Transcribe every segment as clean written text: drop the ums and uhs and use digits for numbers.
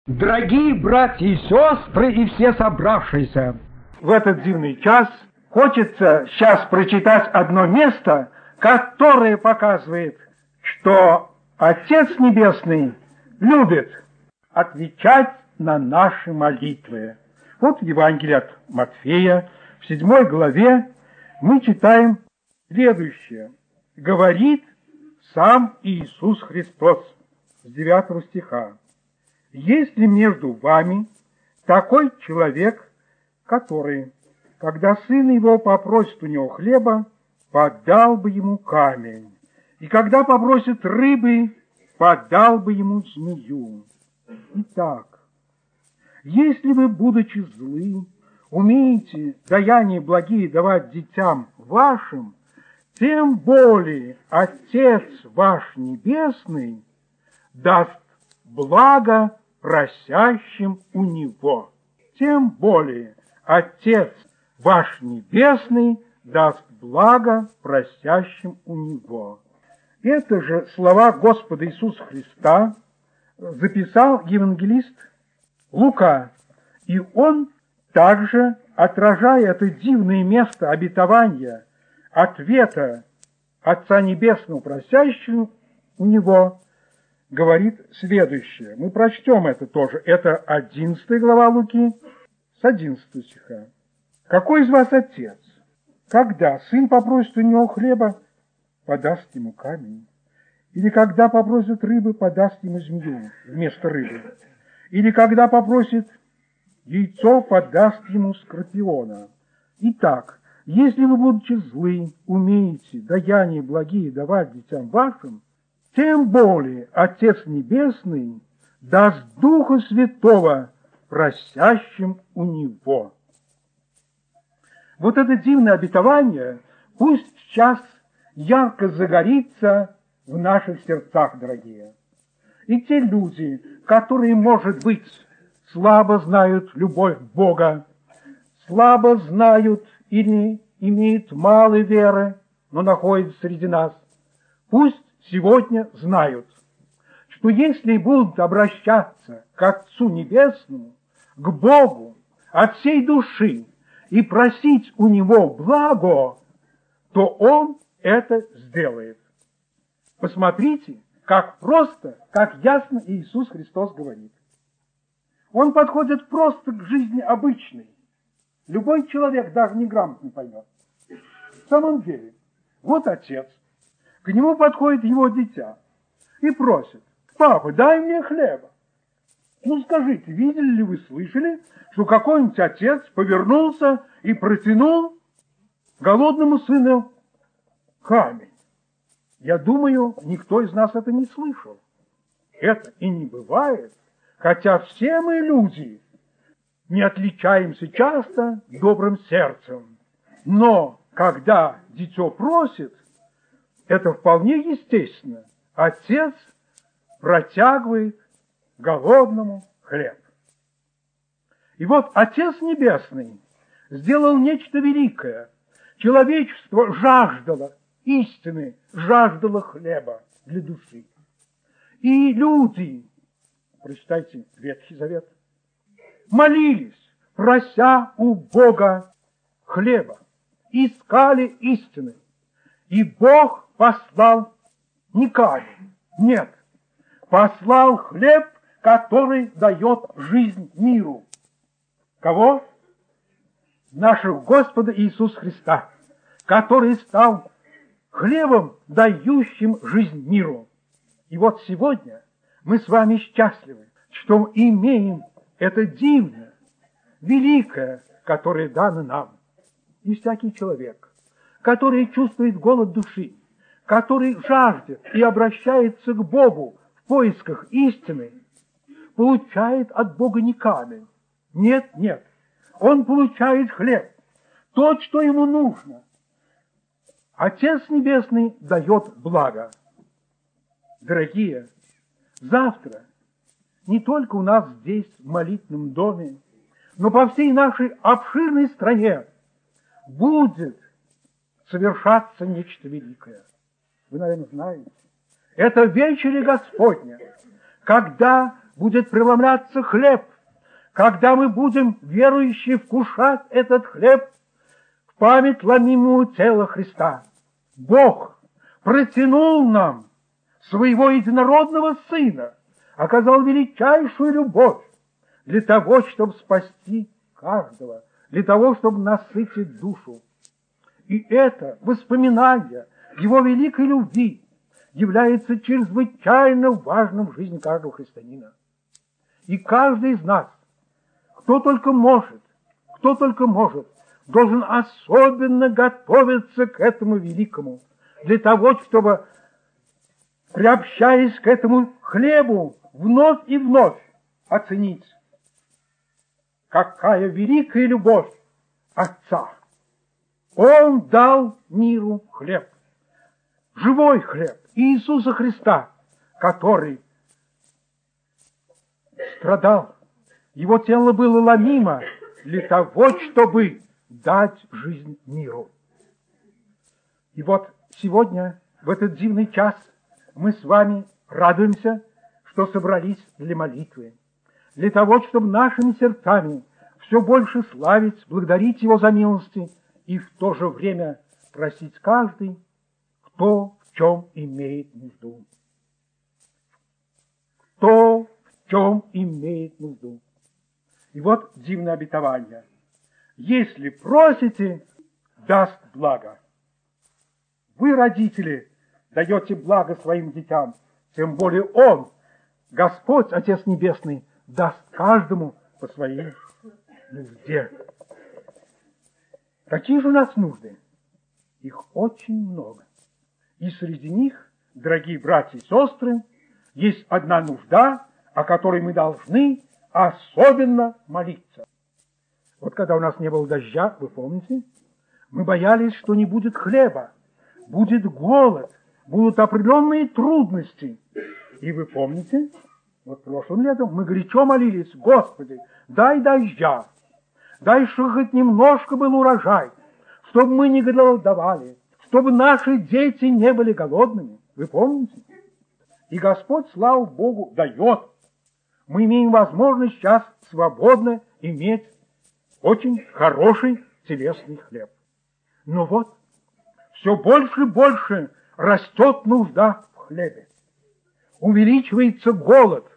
Дорогие братья и сестры и все собравшиеся, в этот дивный час хочется сейчас прочитать одно место, которое показывает, что Отец Небесный любит отвечать на наши молитвы. Вот в Евангелии от Матфея, в 7 главе, мы читаем следующее. Говорит сам Иисус Христос с 9 стиха. Есть ли между вами такой человек, который, когда сын его попросит у него хлеба, подал бы ему камень, и когда попросит рыбы, подал бы ему змею? Итак, если вы, будучи злы, умеете даяния благие давать детям вашим, тем более Отец ваш Небесный даст благо просящим у Него. Тем более Отец ваш Небесный даст благо просящим у Него. Это же слова Господа Иисуса Христа записал евангелист Лука, и он также, отражая это дивное место обетования, ответа Отца Небесного просящему у Него, говорит следующее. Мы прочтем это тоже. Это 11 глава Луки, с 11 стиха. «Какой из вас отец, когда сын попросит у него хлеба, подаст ему камень? Или когда попросит рыбы, подаст ему змею вместо рыбы? Или когда попросит яйцо, подаст ему скорпиона? Итак, если вы, будучи злы, умеете даяния благие давать детям вашим, тем более Отец Небесный даст Духа Святого просящим у Него». Вот это дивное обетование пусть сейчас ярко загорится в наших сердцах, дорогие. И те люди, которые, может быть, слабо знают любовь Бога, слабо знают или имеют мало веры, но находятся среди нас, пусть сегодня знают, что если будут обращаться к Отцу Небесному, к Богу от всей души и просить у Него благо, то Он это сделает. Посмотрите, как просто, как ясно Иисус Христос говорит. Он подходит просто к жизни обычной. Любой человек, даже неграмотный, поймет. В самом деле, вот отец, к нему подходит его дитя и просит: «Папа, дай мне хлеба». Ну скажите, видели ли вы, слышали, что какой-нибудь отец повернулся и протянул голодному сыну камень? Я думаю, никто из нас это не слышал. Это и не бывает, хотя все мы люди не отличаемся часто добрым сердцем. Но когда дитё просит, это вполне естественно. Отец протягивает голодному хлеб. И вот Отец Небесный сделал нечто великое. Человечество жаждало истины, жаждало хлеба для души. И люди, прочитайте Ветхий Завет, молились, прося у Бога хлеба, искали истины. И Бог послал не камень, нет, послал хлеб, который дает жизнь миру. Кого? Нашего Господа Иисуса Христа, который стал хлебом, дающим жизнь миру. И вот сегодня мы с вами счастливы, что имеем это дивное, великое, которое дано нам. И всякий человек, который чувствует голод души, который жаждет и обращается к Богу в поисках истины, получает от Бога не камень. Нет, нет. Он получает хлеб, то, что ему нужно. Отец Небесный дает благо. Дорогие, завтра не только у нас здесь, в молитвенном доме, но по всей нашей обширной стране будет совершаться нечто великое. Вы, наверное, знаете. Это вечере Господня, когда будет преломляться хлеб, когда мы будем, верующие, вкушать этот хлеб в память ломимого тела Христа. Бог протянул нам своего единородного Сына, оказал величайшую любовь для того, чтобы спасти каждого, для того, чтобы насытить душу. И это воспоминание Его великой любви является чрезвычайно важным в жизни каждого христианина. И каждый из нас, кто только может, должен особенно готовиться к этому великому, для того, чтобы, приобщаясь к этому хлебу, вновь и вновь оценить, какая великая любовь Отца. Он дал миру хлеб, живой хлеб Иисуса Христа, который страдал. Его тело было ломимо для того, чтобы дать жизнь миру. И вот сегодня, в этот дивный час, мы с вами радуемся, что собрались для молитвы, для того, чтобы нашими сердцами все больше славить, благодарить Его за милости и в то же время просить каждый, кто в чем имеет нужду. Кто в чем имеет нужду. И вот дивное обетование. Если просите, даст благо. Вы, родители, даете благо своим детям, тем более Он, Господь, Отец Небесный, даст каждому по своей нужде. Какие же у нас нужды? Их очень много. И среди них, дорогие братья и сестры, есть одна нужда, о которой мы должны особенно молиться. Вот когда у нас не было дождя, вы помните, мы боялись, что не будет хлеба, будет голод, будут определенные трудности. И вы помните, вот прошлым летом мы горячо молились: Господи, дай дождя, дай, чтобы хоть немножко был урожай, чтобы мы не голодовали, чтобы наши дети не были голодными. Вы помните? И Господь, слава Богу, дает. Мы имеем возможность сейчас свободно иметь очень хороший телесный хлеб. Но вот все больше и больше растет нужда в хлебе. Увеличивается голод,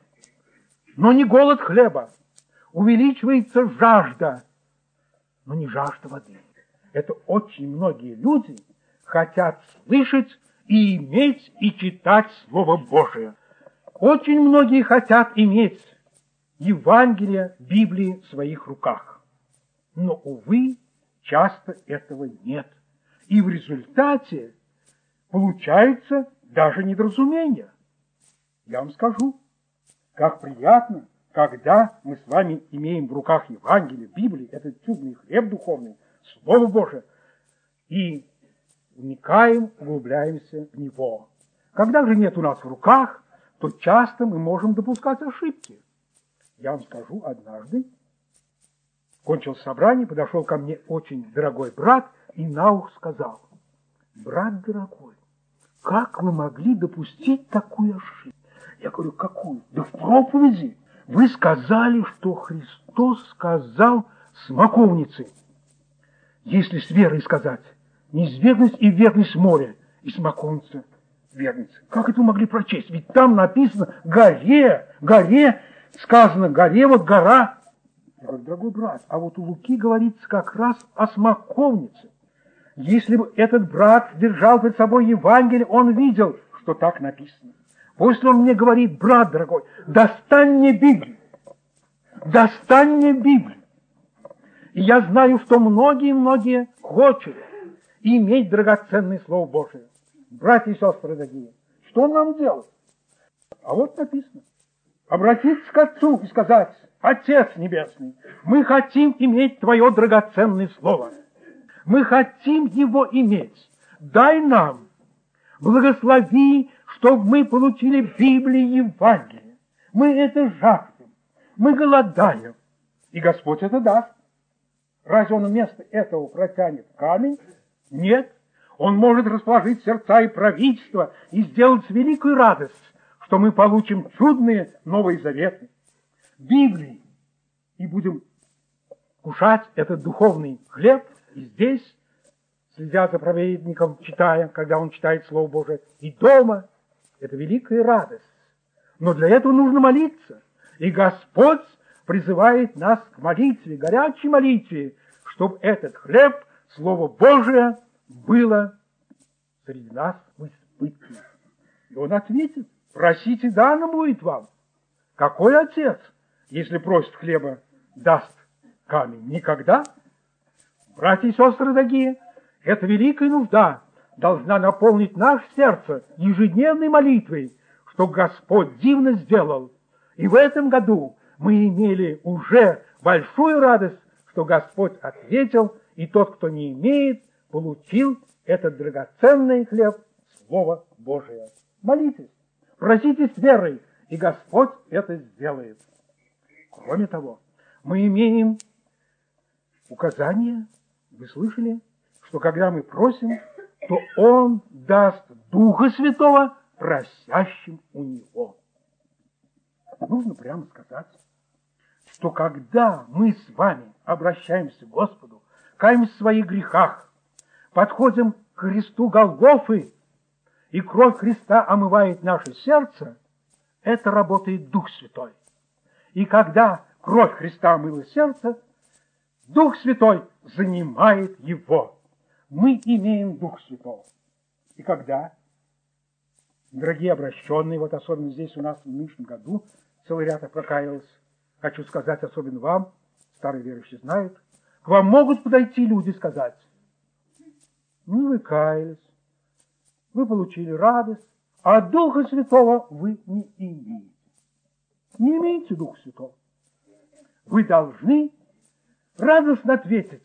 но не голод хлеба. Увеличивается жажда, но не жажда воды. Это очень многие люди хотят слышать и иметь, и читать Слово Божие. Очень многие хотят иметь Евангелие, Библии в своих руках. Но, увы, часто этого нет. И в результате получается даже недоразумение. Я вам скажу, как приятно, когда мы с вами имеем в руках Евангелие, Библию, этот чудный хлеб духовный, Слово Божие, и вникаем, углубляемся в него. Когда же нет у нас в руках, то часто мы можем допускать ошибки. Я вам скажу, однажды кончилось собрание, подошел ко мне очень дорогой брат и на ухо сказал: брат дорогой, как вы могли допустить такую ошибку? Я говорю: какую? Да в проповеди вы сказали, что Христос сказал смоковнице. Если с верой сказать, неизвестность и верность моря, и смоковница верница. Как это вы могли прочесть? Ведь там написано горе, сказано горе, вот гора. Я говорю: дорогой брат, а вот у Луки говорится как раз о смоковнице. Если бы этот брат держал перед собой Евангелие, он видел, что так написано. После он мне говорит: брат дорогой, достань мне Библию. Достань мне Библию. И я знаю, что многие хотят иметь драгоценное Слово Божие. Братья и сестры дорогие, что нам делать? А вот написано: обратиться к Отцу и сказать: Отец Небесный, мы хотим иметь Твое драгоценное Слово. Мы хотим его иметь. Дай нам, благослови, чтобы мы получили Библию и Евангелие. Мы это жаждем, мы голодаем, и Господь это даст. Разве Он вместо этого протянет камень? Нет. Он может расположить сердца и правительства и сделать великую радость, что мы получим чудные Новые Заветы, Библии, и будем кушать этот духовный хлеб и здесь, следя за проповедником, читая, когда он читает Слово Божие, и дома. Это великая радость. Но для этого нужно молиться. И Господь призывает нас к молитве, горячей молитве, чтобы этот хлеб, Слово Божие, было среди нас в избытке. И Он ответит: просите, дано будет вам. Какой отец, если просит хлеба, даст камень? Никогда. Братья и сестры дорогие, эта великая нужда должна наполнить наше сердце ежедневной молитвой, что Господь дивно сделал. И в этом году мы имели уже большую радость, что Господь ответил, и тот, кто не имеет, получил этот драгоценный хлеб, Слово Божие. Молитесь, просите с верой, и Господь это сделает. Кроме того, мы имеем указание, вы слышали, что когда мы просим, то Он даст Духа Святого просящим у Него. Нужно прямо сказать, что когда мы с вами обращаемся к Господу, каемся в своих грехах, подходим к Христу Голгофы, и кровь Христа омывает наше сердце, это работает Дух Святой. И когда кровь Христа омыла сердце, Дух Святой занимает его. Мы имеем Дух Святого. И когда, дорогие обращенные, вот особенно здесь у нас в нынешнем году, целый ряд прокаялся, хочу сказать особенно вам, старые верующие знают, к вам могут подойти люди и сказать: ну, вы каялись, вы получили радость, а Духа Святого вы не имеете. Не имеете Духа Святого. Вы должны радостно ответить: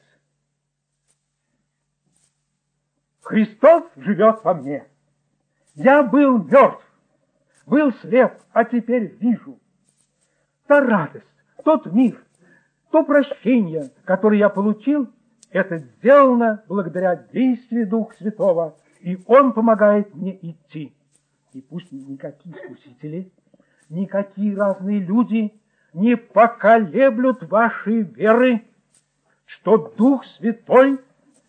Христос живет во мне. Я был мертв, был слеп, а теперь вижу. Та радость, тот мир, то прощение, которое я получил, это сделано благодаря действию Духа Святого, и Он помогает мне идти. И пусть никакие искусители, никакие разные люди не поколеблют вашей веры, что Дух Святой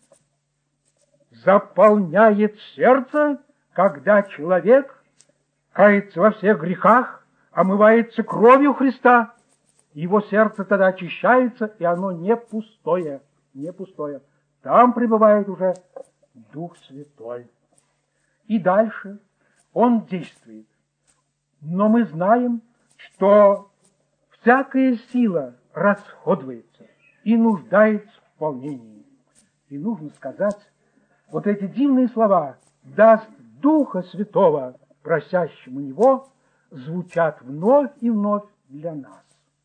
заполняет сердце, когда человек кается во всех грехах, омывается кровью Христа. Его сердце тогда очищается, и оно не пустое, не пустое. Там пребывает уже Дух Святой. И дальше Он действует. Но мы знаем, что всякая сила расходуется и нуждается в волнении. И нужно сказать, вот эти дивные слова «даст Духа Святого просящему Него» звучат вновь и вновь для нас.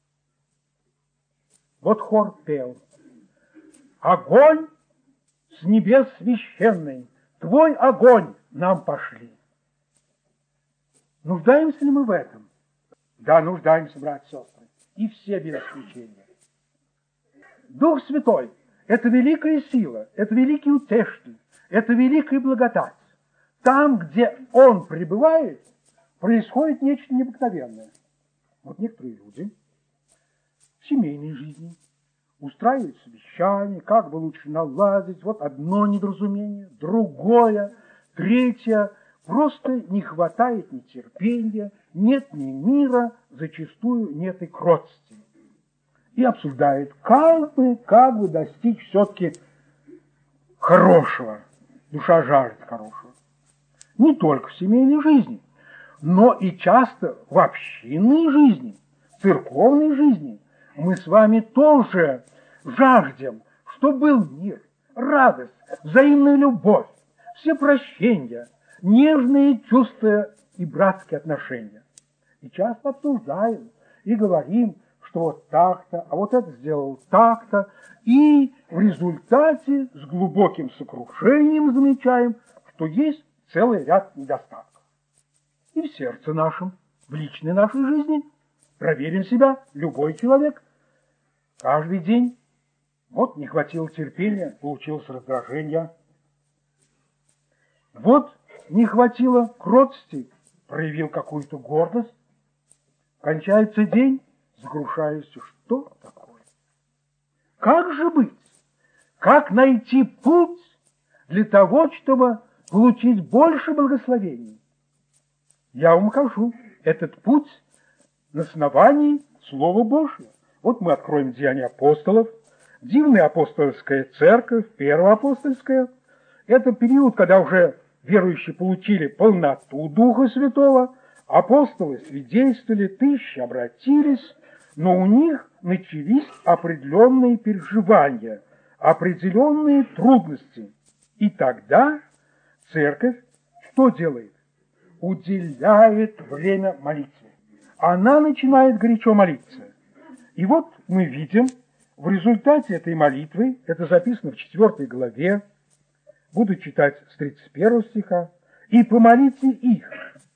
Вот хор пел: «Огонь с небес священный, Твой огонь нам пошли». Нуждаемся ли мы в этом? Да, нуждаемся, братья и сестры, и все без исключения. Дух Святой — это великая сила, это великий утешитель, это великая благодать. Там, где Он пребывает, происходит нечто необыкновенное. Вот некоторые люди в семейной жизни устраивают совещания, как бы лучше наладить. Вот одно недоразумение, другое, третье. Просто не хватает ни терпения, нет ни мира, зачастую нет и кротости. И обсуждают, как бы достичь все-таки хорошего. Душа жаждет хорошего. Не только в семейной жизни, но и часто в общинной жизни, в церковной жизни. Мы с вами тоже жаждем, чтобы был мир, радость, взаимная любовь, все прощения, нежные чувства и братские отношения. И часто обсуждаем и говорим, что вот так-то, а вот это сделал так-то, и в результате с глубоким сокрушением замечаем, что есть целый ряд недостатков. И в сердце нашем, в личной нашей жизни проверим себя, любой человек, каждый день. Вот не хватило терпения, получилось раздражение. Вот не хватило кротости, проявил какую-то гордость. Кончается день, сокрушаешься, что такое? Как же быть? Как найти путь для того, чтобы получить больше благословений? Я вам скажу, этот путь на основании Слова Божьего. Вот мы откроем Деяния апостолов, дивная апостольская церковь, первая апостольская. Это период, когда уже верующие получили полноту Духа Святого, апостолы свидетельствовали, тысячи обратились, но у них начались определенные переживания, определенные трудности. И тогда церковь что делает? Уделяет время молитве. Она начинает горячо молиться. И вот мы видим, в результате этой молитвы, это записано в 4 главе, буду читать с 31 стиха, «И по молитве их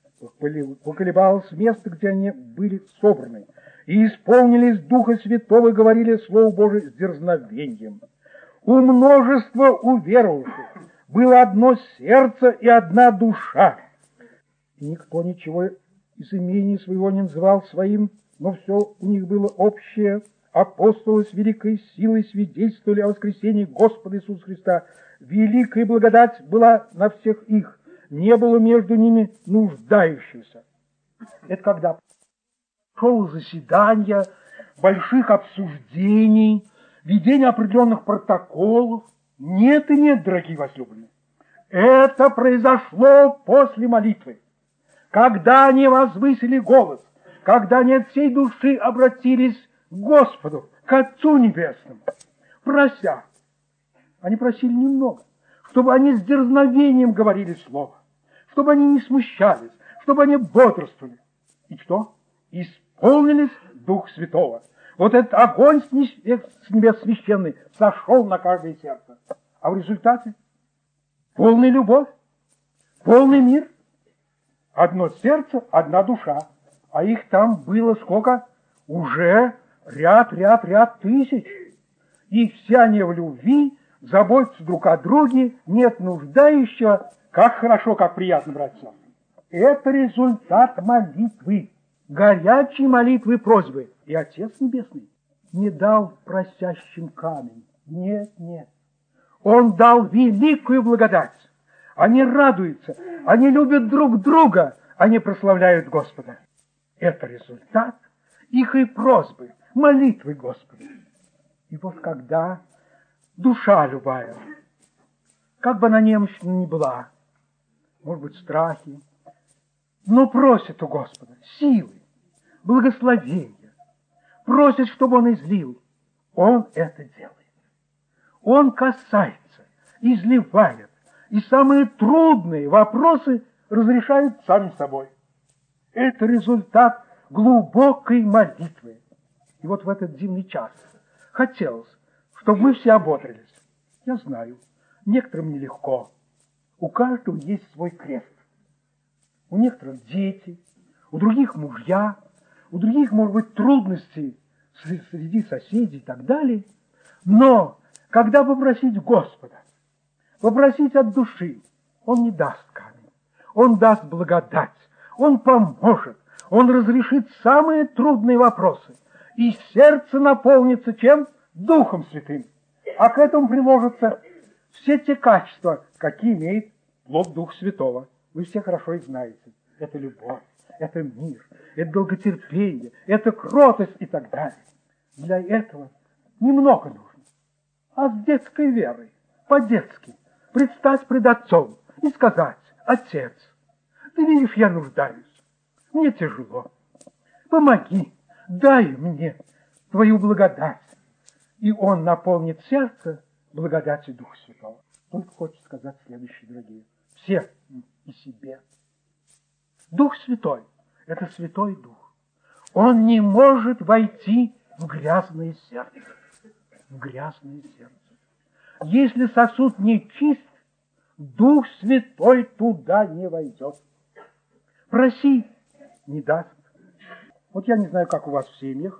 поколебалось место, где они были собраны, и исполнились Духа Святого, и говорили Слово Божие с дерзновением. У множества уверовавших было одно сердце и одна душа, и никто ничего из имени своего не называл своим, но все у них было общее. Апостолы с великой силой свидетельствовали о воскресении Господа Иисуса Христа. Великая благодать была на всех их, не было между ними нуждающихся». Это когда шел заседания, больших обсуждений, ведения определенных протоколов. Нет и нет, дорогие возлюбленные. Это произошло после молитвы. Когда они возвысили голос, когда они от всей души обратились к Господу, к Отцу Небесному, прося. Они просили немного, чтобы они с дерзновением говорили слово, чтобы они не смущались, чтобы они бодрствовали. И что? Исполнились Дух Святого. Вот этот огонь с небес священный сошел на каждое сердце. А в результате полная любовь, полный мир, одно сердце, одна душа. А их там было сколько? Уже ряд тысяч. И все они в любви, заботятся друг о друге, нет нуждающего. Как хорошо, как приятно, братья. Это результат молитвы, горячей молитвы, просьбы. И Отец Небесный не дал просящим камень. Нет. Он дал великую благодать. Они радуются, они любят друг друга, они прославляют Господа. Это результат их и просьбы, молитвы Господа. И вот когда душа любая, как бы она немощна ни была, может быть, страхи, но просит у Господа силы, благословения, просит, чтобы Он излил, Он это делает. Он касается, изливает, и самые трудные вопросы разрешают сами собой. Это результат глубокой молитвы. И вот в этот зимний час хотелось, чтобы мы все ободрились. Я знаю, некоторым нелегко. У каждого есть свой крест. У некоторых дети, у других мужья, у других, может быть, трудности среди соседей и так далее. Но когда попросить Господа, попросить от души, Он не даст камень, Он даст благодать, Он поможет, Он разрешит самые трудные вопросы, и сердце наполнится чем? Духом Святым. А к этому приложатся все те качества, какие имеет плод Духа Святого. Вы все хорошо их знаете. Это любовь, это мир, это долготерпение, это кротость и так далее. Для этого немного нужно. А с детской верой, по-детски, предстать пред Отцом и сказать: Отец, ты видишь, я нуждаюсь, мне тяжело, помоги, дай мне твою благодать. И Он наполнит сердце благодатью Духа Святого. Только хочет сказать следующее, дорогие, все и себе. Дух Святой – это Святой Дух. Он не может войти в грязное сердце. В грязное сердце. Если сосуд не чист, Дух Святой туда не войдет. Проси, не даст. Вот я не знаю, как у вас в семьях,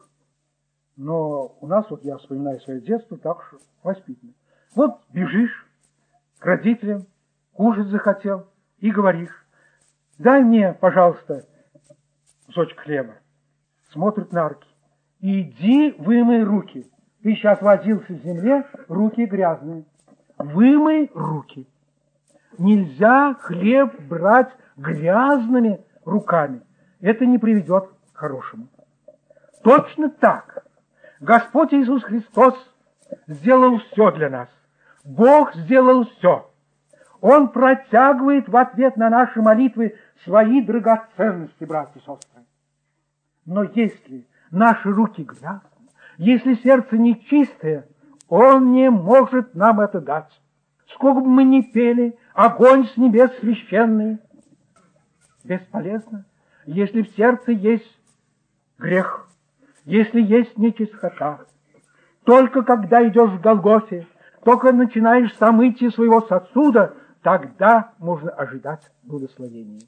но у нас, вот я вспоминаю свое детство, так что воспитанно. Вот бежишь к родителям, кушать захотел, и говоришь: дай мне, пожалуйста, кусочек хлеба. Смотрит на руки. Иди вымой руки. Ты сейчас возился в земле, руки грязные. Вымой руки. Нельзя хлеб брать грязными руками. Это не приведет к хорошему. Точно так. Господь Иисус Христос сделал все для нас. Бог сделал все. Он протягивает в ответ на наши молитвы свои драгоценности, братья и сестры. Но если наши руки грязные, если сердце нечистое, Он не может нам это дать. Сколько бы мы ни пели, огонь с небес священный, бесполезно, если в сердце есть грех, если есть нечистота. Только когда идешь в Голгофе, только начинаешь омытие своего сосуда, тогда можно ожидать благословения.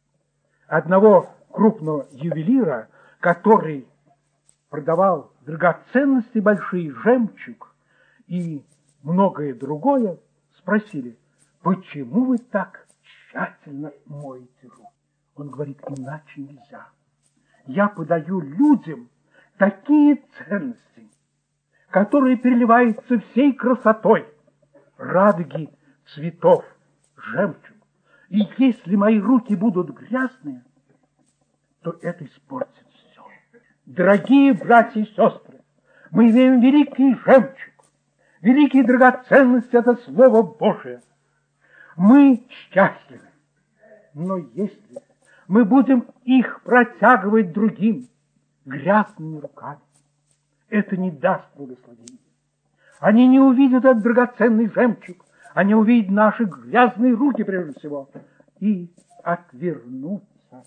Одного крупного ювелира, который продавал драгоценности большие, жемчуг и многое другое, спросили: почему вы так тщательно моете руки? Он говорит: иначе нельзя. Я подаю людям такие ценности, которые переливаются всей красотой радуги, цветов, жемчуг. И если мои руки будут грязные, то это испортит все. Дорогие братья и сестры, мы имеем великий жемчуг, великие драгоценности — это Слово Божие. Мы счастливы. Но если мы будем их протягивать другим грязными руками, это не даст благословения. Они не увидят этот драгоценный жемчуг, они увидят наши грязные руки прежде всего и отвернутся.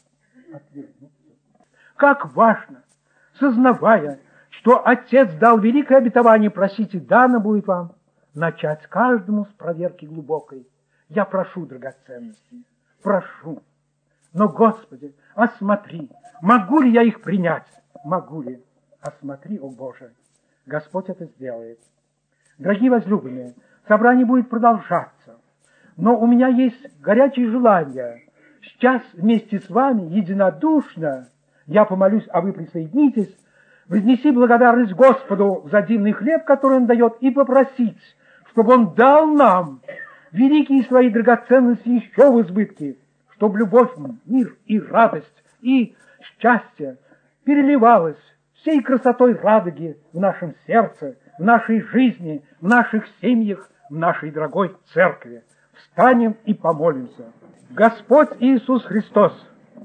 Как важно, сознавая, что Отец дал великое обетование: просите, дано будет вам, начать каждому с проверки глубокой. Я прошу драгоценности, прошу. Но, Господи, осмотри, могу ли я их принять? Могу ли? Осмотри, о Боже. Господь это сделает. Дорогие возлюбленные, собрание будет продолжаться. Но у меня есть горячее желание сейчас вместе с вами, единодушно, я помолюсь, а вы присоединитесь, вознеси благодарность Господу за дивный хлеб, который Он дает, и попросить, чтобы Он дал нам великие свои драгоценности еще в избытке, чтобы любовь, мир и радость и счастье переливалось всей красотой радуги в нашем сердце, в нашей жизни, в наших семьях, в нашей дорогой церкви. Встанем и помолимся. Господь Иисус Христос,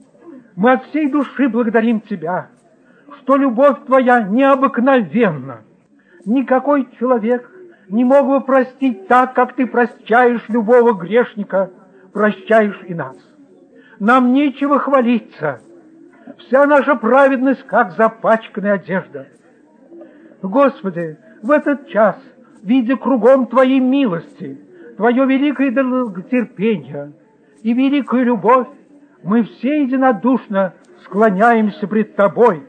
мы от всей души благодарим Тебя, что любовь Твоя необыкновенна. Никакой человек не мог бы простить так, как Ты прощаешь любого грешника, прощаешь и нас. Нам нечего хвалиться. Вся наша праведность, как запачканная одежда. Господи, в этот час, видя кругом Твоей милости, Твое великое долготерпение и великую любовь, мы все единодушно склоняемся пред Тобой,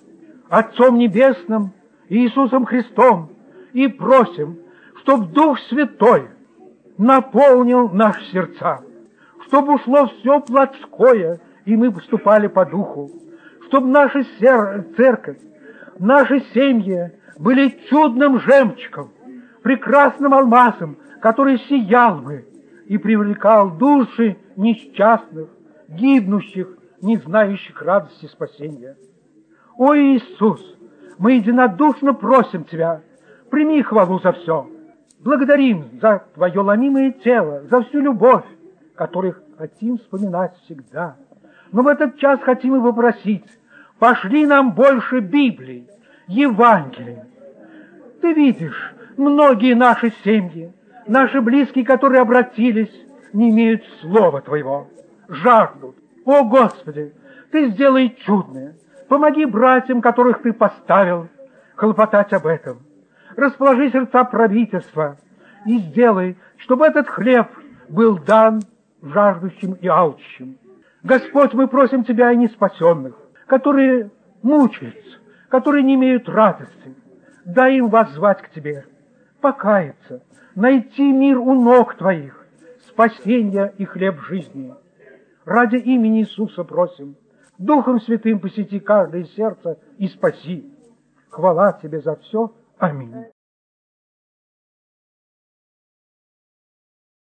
Отцом Небесным, Иисусом Христом, и просим, чтоб Дух Святой наполнил наши сердца, чтобы ушло все плотское, и мы поступали по Духу, чтобы наша церковь, наши семьи были чудным жемчугом, прекрасным алмазом, который сиял бы и привлекал души несчастных, гибнущих, не знающих радости спасения. О Иисус, мы единодушно просим Тебя, прими хвалу за все. Благодарим за Твое ломимое тело, за всю любовь, которую хотим вспоминать всегда. Но в этот час хотим и попросить: пошли нам больше Библии, Евангелий. Ты видишь, многие наши семьи, наши близкие, которые обратились, не имеют слова Твоего, жаждут. О, Господи, Ты сделай чудное. Помоги братьям, которых Ты поставил, хлопотать об этом. Расположи сердца правительства и сделай, чтобы этот хлеб был дан жаждущим и алчущим. Господь, мы просим Тебя и неспасенных, которые мучаются, которые не имеют радости. Дай им воззвать к Тебе, покаяться, найти мир у ног Твоих, спасение и хлеб жизни. ради имени Иисуса просим. Духом Святым посети каждое сердце и спаси. Хвала Тебе за все. Аминь.